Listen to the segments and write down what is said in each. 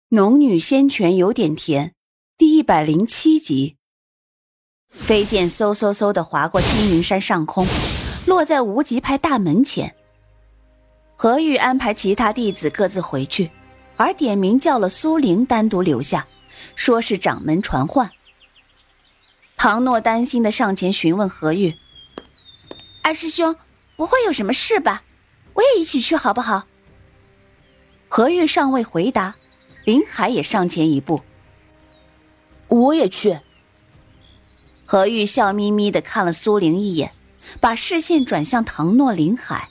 农女仙泉有点甜，第107集。飞剑嗖嗖嗖地划过青云山上空，落在无极派大门前。何玉安排其他弟子各自回去，而点名叫了苏灵单独留下，说是掌门传唤。唐诺担心地上前询问何玉：“二师兄，不会有什么事吧？我也一起去好不好？”何玉尚未回答，林海也上前一步：“ 我也去。” 何玉笑眯眯地看了苏灵一眼，把视线转向唐诺、林海：“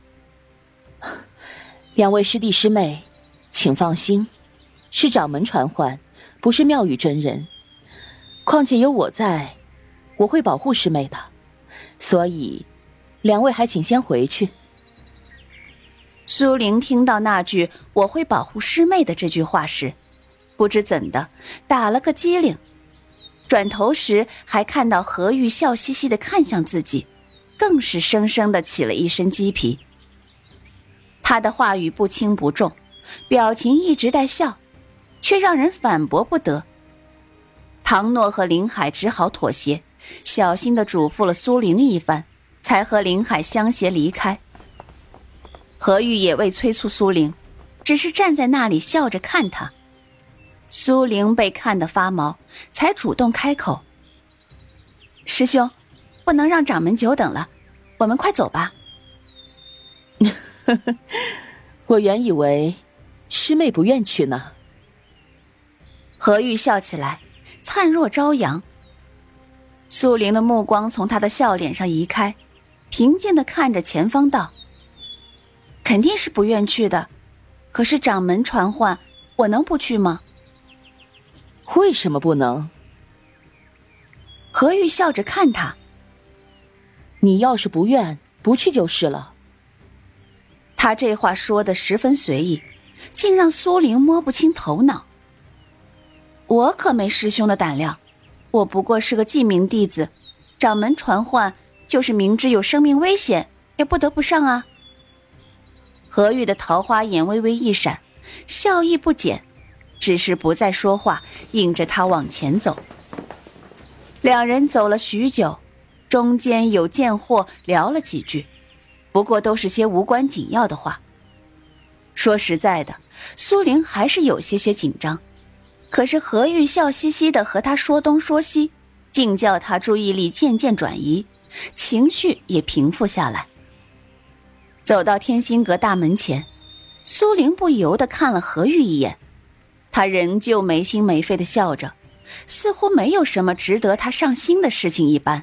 两位师弟师妹，请放心，是掌门传唤，不是妙玉真人。况且有我在，我会保护师妹的，所以两位还请先回去。” 苏灵听到那句“我会保护师妹”的这句话时，不知怎的打了个激灵，转头时还看到何玉笑嘻嘻地看向自己，更是生生地起了一身鸡皮。他的话语不轻不重，表情一直带笑，却让人反驳不得。唐诺和林海只好妥协，小心地嘱咐了苏灵一番，才和林海相携离开。何玉也未催促苏灵，只是站在那里笑着看他。苏灵被看得发毛，才主动开口：“师兄，不能让掌门久等了，我们快走吧。” 我原以为师妹不愿去呢。 何玉笑起来，灿若朝阳。苏灵的目光从他的笑脸上移开，平静地看着前方道：“肯定是不愿去的，可是掌门传唤，我能不去吗？”“ 为什么不能？” 何玉笑着看他：“ 你要是不愿，不去就是了。” 他这话说得十分随意，竟让苏灵摸不清头脑。我可没师兄的胆量，我不过是个记名弟子，掌门传唤就是明知有生命危险，也不得不上啊。何玉的桃花眼微微一闪，笑意不减，只是不再说话，引着他往前走。两人走了许久，中间有见或聊了几句，不过都是些无关紧要的话。说实在的，苏灵还是有些紧张，可是何玉笑嘻嘻地和他说东说西，竟叫他注意力渐渐转移，情绪也平复下来。走到天心阁大门前，苏灵不由得看了何玉一眼，他仍旧没心没肺地笑着，似乎没有什么值得他上心的事情一般。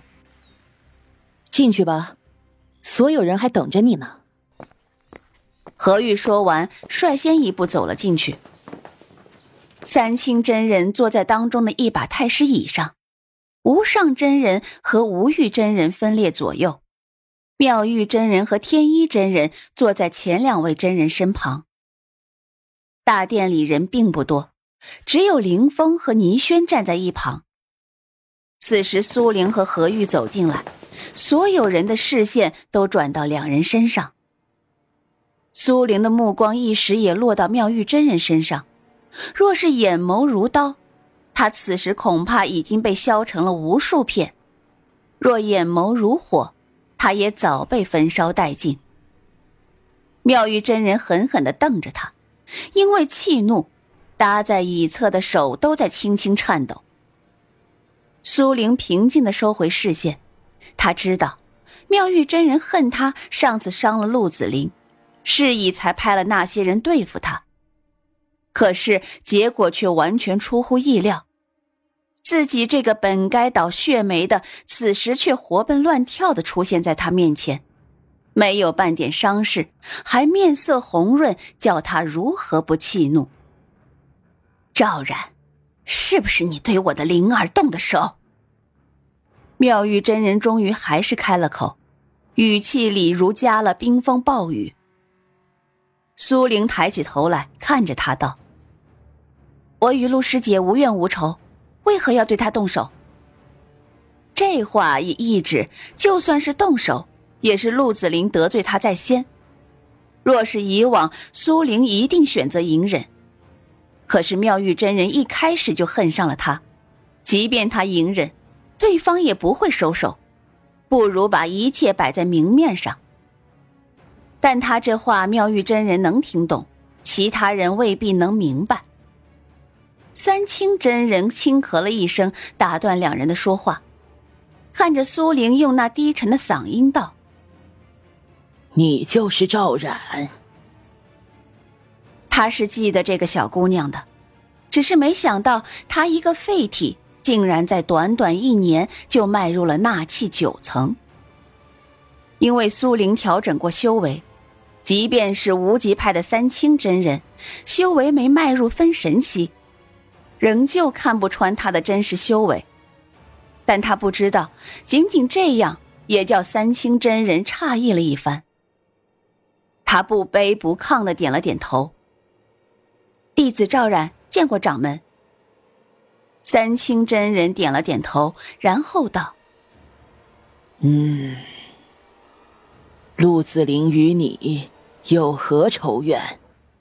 “进去吧，所有人还等着你呢。” 何玉说完，率先一步走了进去。三清真人坐在当中的一把太师椅上，无上真人和无欲真人分列左右，妙玉真人和天一真人坐在前两位真人身旁。大殿里人并不多，只有凌风和倪轩站在一旁。此时苏灵和何玉走进来，所有人的视线都转到两人身上。苏灵的目光一时也落到妙玉真人身上，若是眼眸如刀，他此时恐怕已经被削成了无数片；若眼眸如火，他也早被焚烧殆尽。妙玉真人狠狠地瞪着他，因为气怒，搭在椅侧的手都在轻轻颤抖。苏灵平静地收回视线，他知道妙玉真人恨他上次伤了陆子霖，是以才派了那些人对付他。可是结果却完全出乎意料，自己这个本该倒血霉的，此时却活蹦乱跳地出现在他面前，没有半点伤势，还面色红润，叫他如何不气怒？“赵然，是不是你对我的灵儿动的手？”妙玉真人终于还是开了口，语气里如加了冰风暴雨。苏灵抬起头来看着他道：“我与陆师姐无怨无仇，为何要对她动手？”这话也意指，就算是动手，也是陆子霖得罪他在先。若是以往，苏灵一定选择隐忍， 可是妙玉真人一开始就恨上了他，即便他隐忍，对方也不会收手，不如把一切摆在明面上。但他这话妙玉真人能听懂，其他人未必能明白。三清真人轻咳了一声，打断两人的说话，看着苏玲用那低沉的嗓音道： 你就是赵冉。 他是记得这个小姑娘的，只是没想到她一个废体竟然在短短1年就迈入了纳气9层。因为苏玲调整过修为，即便是无极派的三清真人，修为没迈入分神期，仍旧看不穿她的真实修为。但他不知道，仅仅这样也叫三清真人诧异了一番。他不卑不亢地点了点头：弟子赵冉见过掌门。三清真人点了点头，然后道： 陆子霖与你有何仇怨？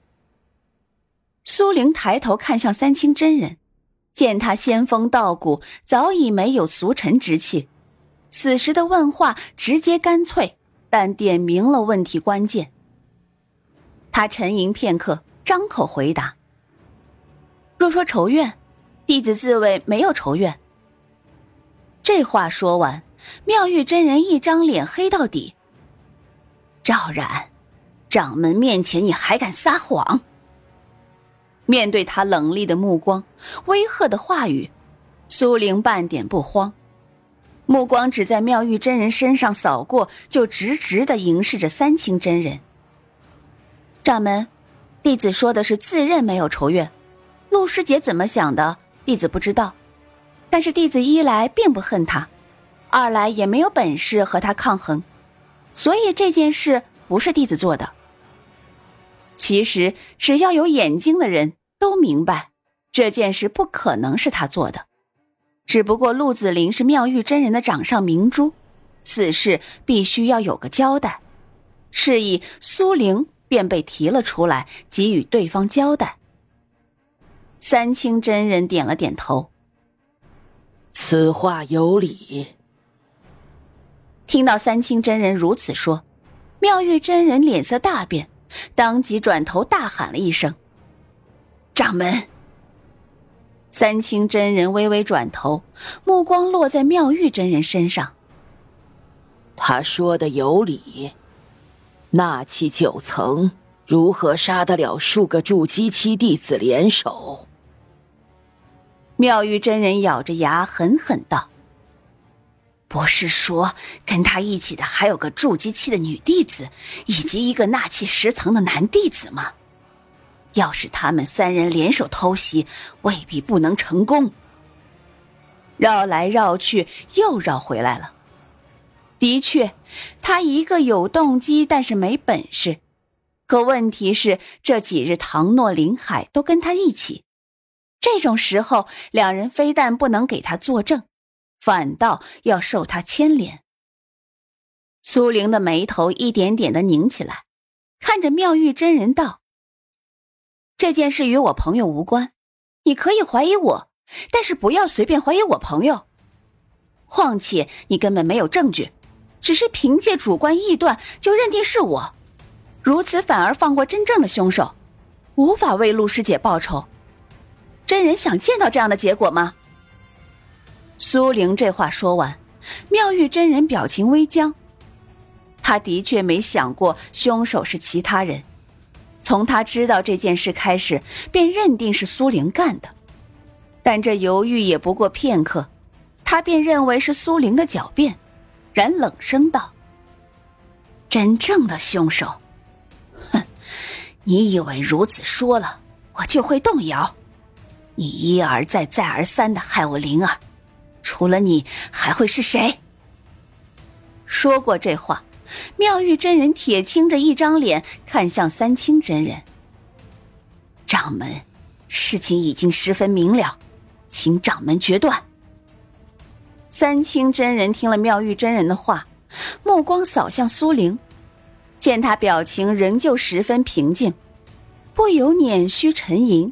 苏玲抬头看向三清真人，见他仙风道骨，早已没有俗尘之气，此时的问话直接干脆，但点明了问题关键。他沉吟片刻，张口回答：若说仇怨，弟子自谓没有仇怨。这话说完，妙玉真人一张脸黑到底：赵冉，掌门面前你还敢撒谎？面对他冷厉的目光，威吓的话语，苏玲半点不慌，目光只在妙玉真人身上扫过，就直直地凝视着三清真人。掌门，弟子说的是自认没有仇怨，陆师姐怎么想的，弟子不知道。但是弟子一来并不恨他，二来也没有本事和他抗衡，所以这件事不是弟子做的。其实只要有眼睛的人都明白，这件事不可能是他做的。只不过陆子霖是妙玉真人的掌上明珠，此事必须要有个交代，是以苏玲便被提了出来，给予对方交代。三清真人点了点头： 此话有理。 听到三清真人如此说，妙玉真人脸色大变，当即转头大喊了一声：掌门！三清真人微微转头，目光落在妙玉真人身上。 他说的有理，纳气9层如何杀得了数个筑基期弟子联手？ 妙玉真人咬着牙狠狠道：不是说跟他一起的还有个筑基期的女弟子，以及一个纳气10层的男弟子吗？要是他们3人联手偷袭，未必不能成功。绕来绕去又绕回来了。的确，他一个有动机，但是没本事。可问题是，这几日唐诺、林海都跟他一起，这种时候，两人非但不能给他作证，反倒要受他牵连。苏玲的眉头一点点地拧起来，看着妙玉真人道：这件事与我朋友无关，你可以怀疑我，但是不要随便怀疑我朋友。况且你根本没有证据，只是凭借主观臆断就认定是我，如此反而放过真正的凶手，无法为陆师姐报仇。真人想见到这样的结果吗？苏玲这话说完，妙玉真人表情微僵。他的确没想过凶手是其他人，从他知道这件事开始，便认定是苏玲干的。但这犹豫也不过片刻，他便认为是苏玲的狡辩，然冷声道：真正的凶手？哼，你以为如此说了，我就会动摇？你一而再再而三地害我灵儿，除了你还会是谁？说过这话，妙玉真人铁青着一张脸看向三清真人。掌门，事情已经十分明了，请掌门决断。三清真人听了妙玉真人的话，目光扫向苏玲，见他表情仍旧十分平静，不由捻须沉吟，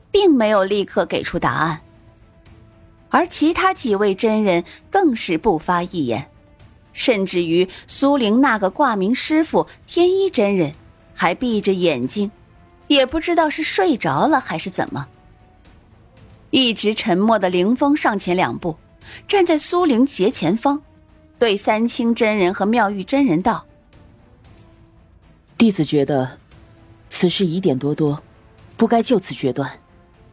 并没有立刻给出答案，而其他几位真人更是不发一言，甚至于苏玲那个挂名师傅天一真人还闭着眼睛，也不知道是睡着了还是怎么。一直沉默的凌风上前2步，站在苏玲斜前方，对三清真人和妙玉真人道： 弟子觉得此事疑点多多，不该就此决断。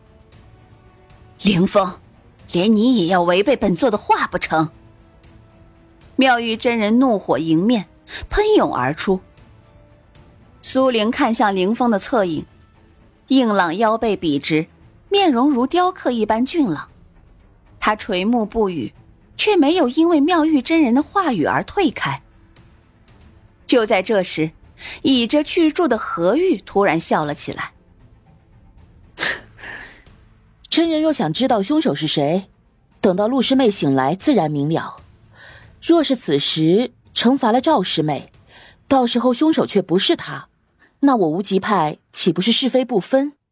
凌风，连你也要违背本座的话不成？妙玉真人怒火迎面，喷涌而出。苏玲看向凌风的侧影，硬朗腰背笔直，面容如雕刻一般俊朗。他垂目不语，却没有因为妙玉真人的话语而退开。就在这时，倚着巨柱的何玉突然笑了起来。 真人若想知道凶手是谁，等到陆师妹醒来自然明了。若是此时惩罚了赵师妹，到时候凶手却不是她，那我无极派岂不是是非不分？